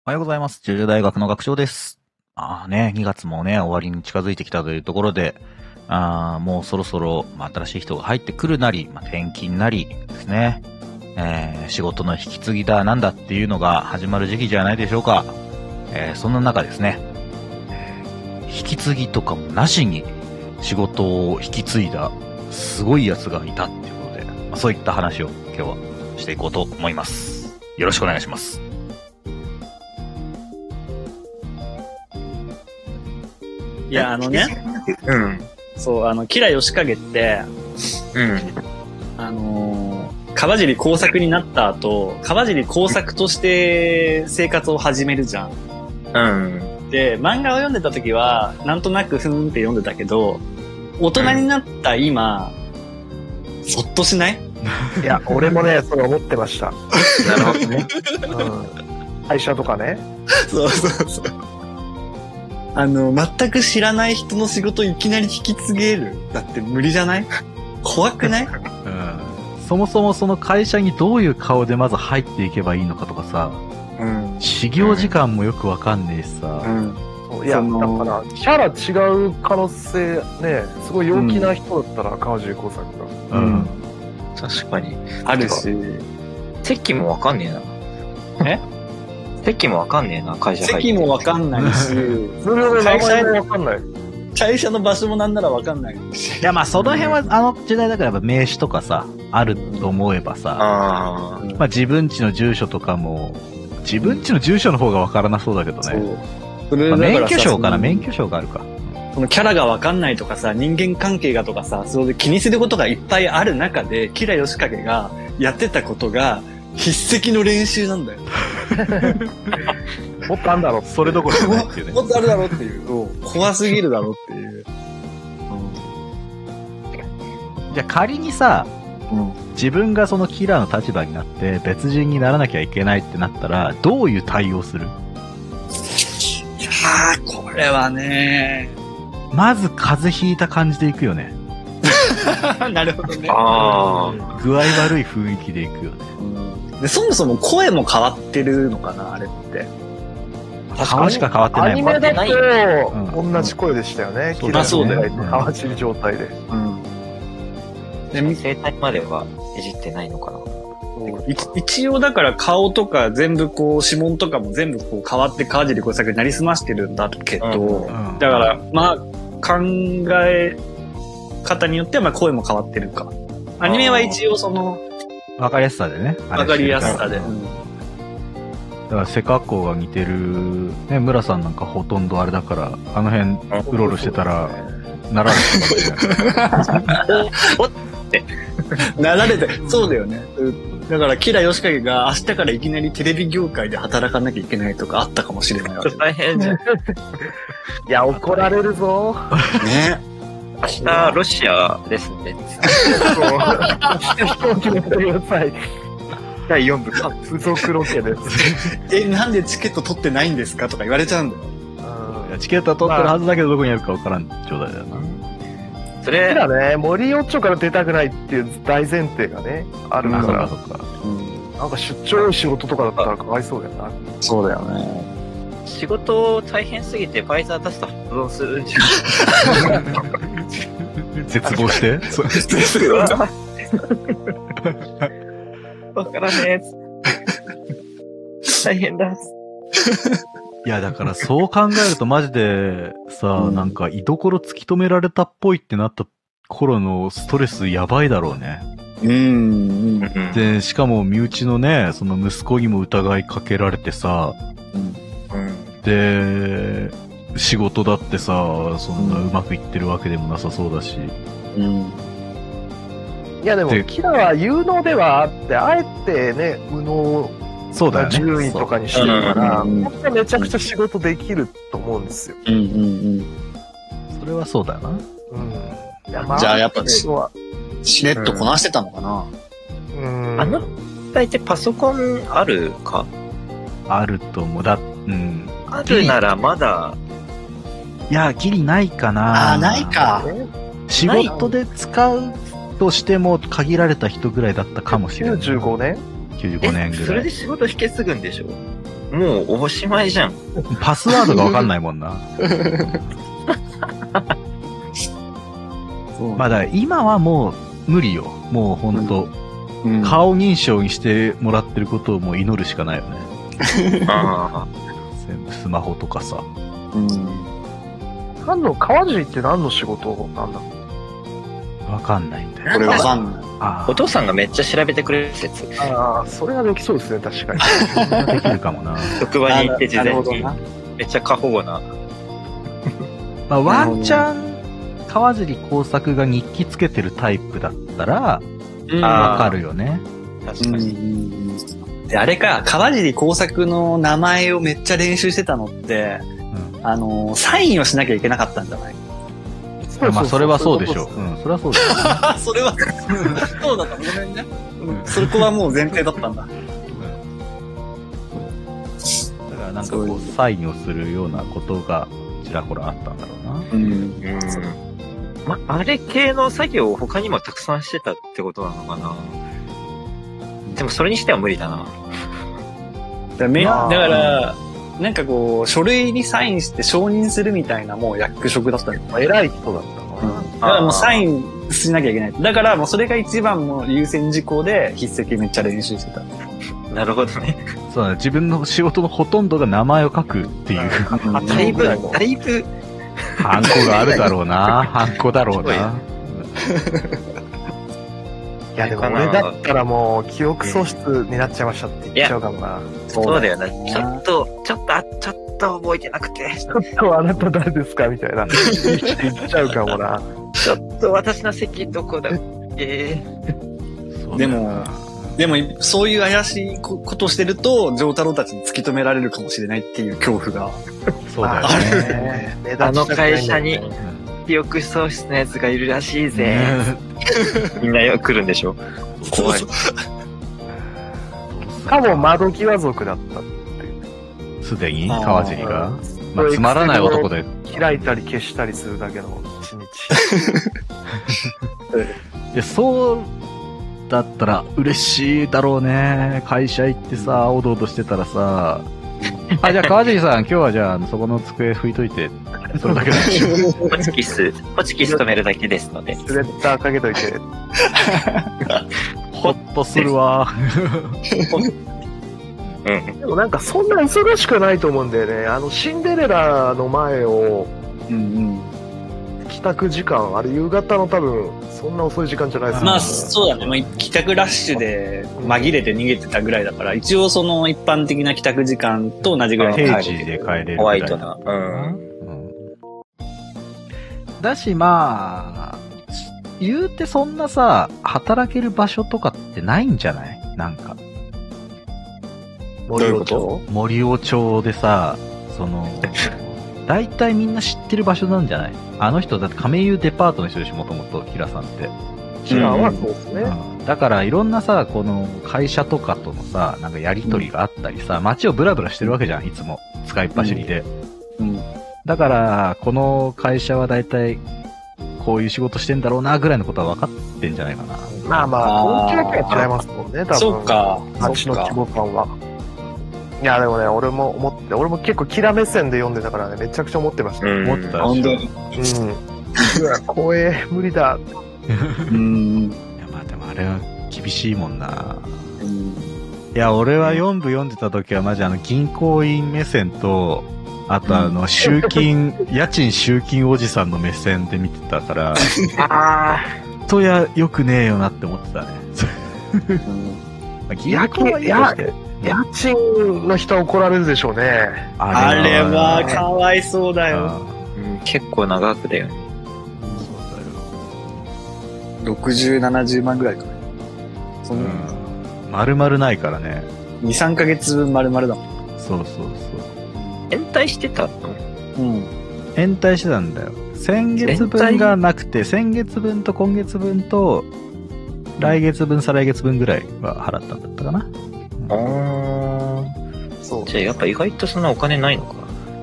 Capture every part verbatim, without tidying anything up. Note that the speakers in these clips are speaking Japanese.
おはようございます。ジョジョ大学の学長です。ああね、にがつもね、終わりに近づいてきたというところで、あもうそろそろ、まあ、新しい人が入ってくるなり、まあ、転勤なりですね、えー、仕事の引き継ぎだなんだっていうのが始まる時期じゃないでしょうか。えー、そんな中ですね、引き継ぎとかもなしに仕事を引き継いだすごいやつがいたっていうことで、まあ、そういった話を今日はしていこうと思います。よろしくお願いします。 いや、あのね、 うん。 そう、あの、キラヨシカゲって、 うん。 あのー、川尻耕作になった後、川尻耕作として生活を始めるじゃん。 うん。 で、漫画を読んでた時は、なんとなくふーんって読んでたけど、大人になった今、そっとしない？ いや、俺もね、それ思ってました。 なるほどね。 うん。会社とかね。 そうそうそう。あの、全く知らない人の仕事いきなり引き継げる。だって無理じゃない？怖くない？ うん。そもそもその会社にどういう顔でまず入っていけばいいのかとかさ、 うん。 始業時間もよくわかんねえしさ、 うん。 いや、だから、キャラ違う可能性、ね、すごい陽気な人だったら、川尻耕作が。 うん。うん、 確かに。 あるし。 席もわかんねえな。 え席もわかんねえな、会社入って。 席もわかんないし、 それの名前もわかんない。 会社の場所もなんならわかんないし。 いや、まあその辺はあの時代だからやっぱ名刺とかさ、あると思えばさ、 あまあ自分家の住所とかも、自分家の住所の方がわからなそうだけどね。 そう。まあ、 免許証かな、免許証があるか。 そのキャラがわかんないとかさ、人間関係がとかさ、それで気にすることがいっぱいある中で、キラヨシカゲがやってたことが、筆跡の練習なんだよ。 もっとあんだろう。 それどころじゃないっていうね。 もっとあるだろうっていう。怖すぎるだろうっていう。 うん、じゃあ仮にさ、 うん、 自分がそのキラーの立場になって別人にならなきゃいけないってなったら、どういう対応する？ いやー、これはねまず風邪ひいた感じでいくよね。 なるほどね。 ああ。 具合悪い雰囲気でいくよね。 で、そもそも声も変わってるのかな、あれって。 顔しか変わってないもんね。 アニメだと、同じ声でしたよね。 うん、そうだよね。 川尻状態で。 うん。 で、声帯まではいじってないのかな。 一応だから顔とか全部こう指紋とかも全部こう変わって川尻耕作になりすましてるんだけど、うんうん、だからまあ考え方によってはまあ声も変わってるか。アニメは一応そのわかりやすさでね。 わかりやすさで。うん、 だから背格好が似てるね、村さんなんかほとんどあれだから、あの辺うろうろしてたらなられておってなられてそうだよね。だからキラヨシカゲが明日からいきなりテレビ業界で働かなきゃいけないとかあったかもしれないわけ。 大変じゃん。いや怒られるぞ。 ね。 明日ロシアですね。 そう。明日飛行機乗ってください。 だいよん部か。 付属ロケです。 え、なんでチケット取ってないんですかとか言われちゃうんだよ。 うん、チケットは取ってるはずだけどどこにあるかわからん状態だよな。 それだね、森尾町から出たくないっていう大前提がね、あるから。 そうかそうか。 うん。なんか出張仕事とかだったらかわいそうだよな。 そうだよね。 仕事大変すぎてファイザー出すと発動するんじゃん。 絶望して絶望わからねえ。大変だ。 いや、だからそう考えるとマジでさ、うん、なんか居所突き止められたっぽいってなった頃のストレスやばいだろうね。 うん。 で、しかも身内のね、その息子にも疑いかけられてさ、 うん、 で、仕事だってさ、そんなうまくいってるわけでもなさそうだし。 うん。 いやでも、キラは有能ではあって、あえてね、無能そうだよね。 順位とかにしてるから、本当はめちゃくちゃ仕事できると思うんですよ。 うんうんうん。 それはそうだな。うん。 いやまあ、じゃあやっぱし、しれっとこなしてたのかな。 うん。あの、大体パソコンあるか？ あると思う。だ、うん。 あるならまだ。 いや、ギリないかな。 あ、ないか。 仕事で使うとしても限られた人ぐらいだったかもしれない。 きゅうじゅうごねんきゅうじゅうごねんぐらい。 それで仕事引き継ぐんでしょ？ もうおしまいじゃん。 パスワードがわかんないもんな。まあだから今はもう無理よ。もうほんと、うん、顔認証にしてもらってることをもう祈るしかないよね。あ全部スマホとかさ。 うん。何の、川尻って何の仕事なんだろうわかんないんだよ。 これわかんない。 お父さんがめっちゃ調べてくれる説。 ああ、それはできそうですね、確かに。 それはできるかもな。 職場に行って事前に。めっちゃ過保護な。 まあ、ワンチャン、川尻工作が日記つけてるタイプだったら、わかるよね。 確かに。 で、あれか、川尻工作の名前をめっちゃ練習してたのって、うん、あの、サインをしなきゃいけなかったんじゃない？ まあ、それはそうでしょう。うん、それはそうでしょう。 それは、そうだった。ごめんね。うん、そこはもう前提だったんだ。だからなんかこう、サインをするようなことがちらほらあったんだろうな。うん。うん。 ま、あれ系の作業を他にもたくさんしてたってことなのかな。でもそれにしては無理だな。 だめ、だから、なんかこう、書類にサインして承認するみたいなもう役職だったの。 偉い人だったの、 うん、だからもうサインしなきゃいけない。だからもうそれが一番の優先事項で筆跡めっちゃ練習してた。 なるほどね。 そうだね。自分の仕事のほとんどが名前を書くっていう。 だいぶ、だいぶ、 ハンコがあるだろうな。ハンコだろうな。 いやでも俺だったらもう記憶喪失になっちゃいましたって言っちゃうかもな。 そうだよな。ちょっと、ちょっと、あ、ちょっと覚えてなくて。 ちょっとあなた誰ですかみたいな。言っちゃうかもな。 ちょっと私の席どこだっけ？ でも、でも、そういう怪しいことしてると、丈太郎たちに突き止められるかもしれないっていう恐怖が。 そうだよね。 あの会社に、記憶喪失のやつがいるらしいぜ。みんなよく来るんでしょ。怖い。しかも窓際族だったって。 すでに川尻が。まあ、つまらない男で。 開いたり消したりするだけの一日。 いや、そうだったら嬉しいだろうね。会社行ってさ、おどおどしてたらさ、あ、じゃあ川尻さん、今日はじゃあ、そこの机拭いといて。それだけでしょ。 ホチキス、ホチキス止めるだけですので。 スレッダーかけといて。 ほっとするわ。 うん。でもなんかそんな忙しくないと思うんだよね。あの、シンデレラの前を、うんうん。帰宅時間、あれ夕方の多分、そんな遅い時間じゃないですか、ね。まあ、そうだね。まあ、帰宅ラッシュで紛れて逃げてたぐらいだから、一応その一般的な帰宅時間と同じぐらいの定時で帰れる。 ホワイトな。うん。 だし、まあ、言うてそんなさ、働ける場所とかってないんじゃない？なんか。 森尾町？ 森尾町でさ、その、大体みんな知ってる場所なんじゃない？あの人だって亀湯デパートの人でしょ、もともと、平さんって。 平はそうですね、 うん。だからいろんなさ、この会社とかとのさ、なんかやりとりがあったりさ、うん、街をブラブラしてるわけじゃん、いつも。使いっ走りで。うん、うんだから、この会社は大体、こういう仕事してんだろうな、ぐらいのことは分かってんじゃないかな。 まあまあ、東京は違いますもんね、多分。 そうか。 街の規模感は。いや、でもね、俺も思って、俺も結構キラ目線で読んでたからね、めちゃくちゃ思ってました。 うん、思ってたでしょ。 本当に。 うん。うわ、怖え、無理だ。 うん。いや、まあでもあれは厳しいもんな。うん。いや、俺はよん部読んでた時は、マジあの、銀行員目線と、あとあの、集金、家賃集金おじさんの目線で見てたから、ああ、とや、よくねえよなって思ってたね。 銀行は嫌だして。家賃の人は怒られるでしょうね。 あれは、かわいそうだよ。 うん、結構長くだよね。 そうだよ。ろくじゅう、ななじゅうまんぐらいかな。 そんな。丸々ないからね。 に、さんかげつ分丸々だもん。 そうそうそう。 延滞してたの？ うん。延滞してたんだよ。先月分がなくて、先月分と今月分と、来月分、再来月分ぐらいは払ったんだったかな。 あー。そう。じゃあやっぱ意外とそんなお金ないのか。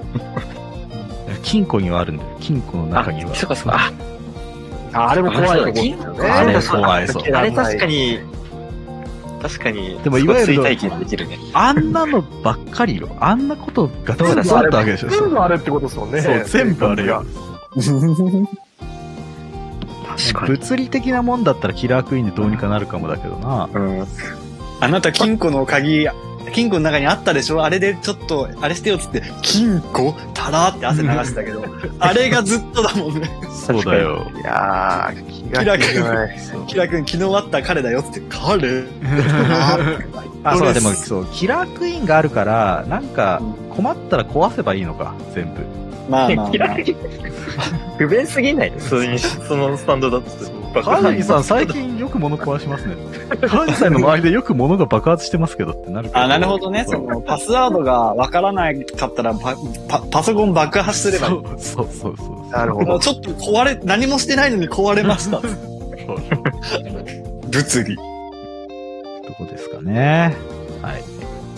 金庫にはあるんだよ。金庫の中には。 あ、そうかそうか。 あ、あれも怖いとこ、 ね。あれ怖いそう。あれ確かに、 確かに、 でもいわゆる追体験できるね。 あんなのばっかりよ。あんなことが全部あったわけでしょ。 全部あれってことですもんね。 そう、全部あれよ。 確かに。 物理的なもんだったらキラークイーンでどうにかなるかもだけどな。 うん。 あなた金庫の鍵、金庫の中にあったでしょ、あれでちょっと、あれしてよっつって、金庫たらーって汗流したけど、あれがずっとだもんね。 そうだよ。 いやー、気キラが気じゃ君ない。、 キラ君昨日会った彼だよっつって、彼あ、そうだ、でも、そう、キラークイーンがあるから、なんか、困ったら壊せばいいのか、全部。 まあまあ、まあ。 不便すぎないそれに、そのスタンドだと。 カジさん最近よく物壊しますね。カジさんの周りでよく物が爆発してますけどってなるけど。 あ、なるほどね。その、パスワードがわからないかったらパ、パ、パソコン爆破すればいい。 そうそうそうそう。 なるほど。 もうちょっと壊れ、何もしてないのに壊れました。物理。 どこですかね。はい。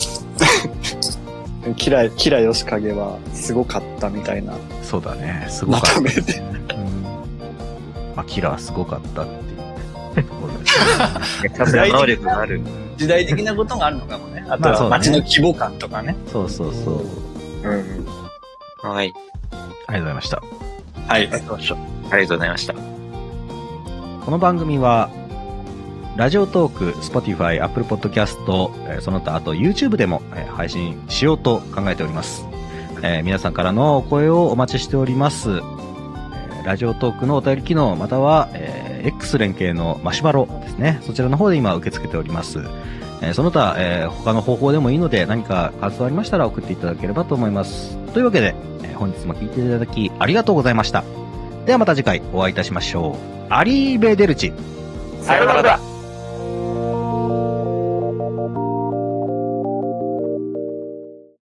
キラ、キラヨシカゲはすごかったみたいな。 そうだね。すごまかった。 とめて。 うんまあ、キラーすごかったっていうところですね。 さすが能力がある。 時代的なことがあるのかもね。あとはまあそうだね街の規模感とかね。 そうそうそう。 うん。はい。 ありがとうございました。 はい。 ありがとうございました。 この番組は、ラジオトーク、Spotify、Apple Podcast、えーその他、あと YouTube でも、えー配信しようと考えております。えー皆さんからのお声をお待ちしております。えーラジオトークのお便り機能、または、えー X 連携のマシュマロですね。そちらの方で今受け付けております。えーその他、えー他の方法でもいいので、何か感想ありましたら送っていただければと思います。というわけで、えー本日も聞いていただきありがとうございました。ではまた次回お会いいたしましょう。アリーベデルチ。 さよならだ。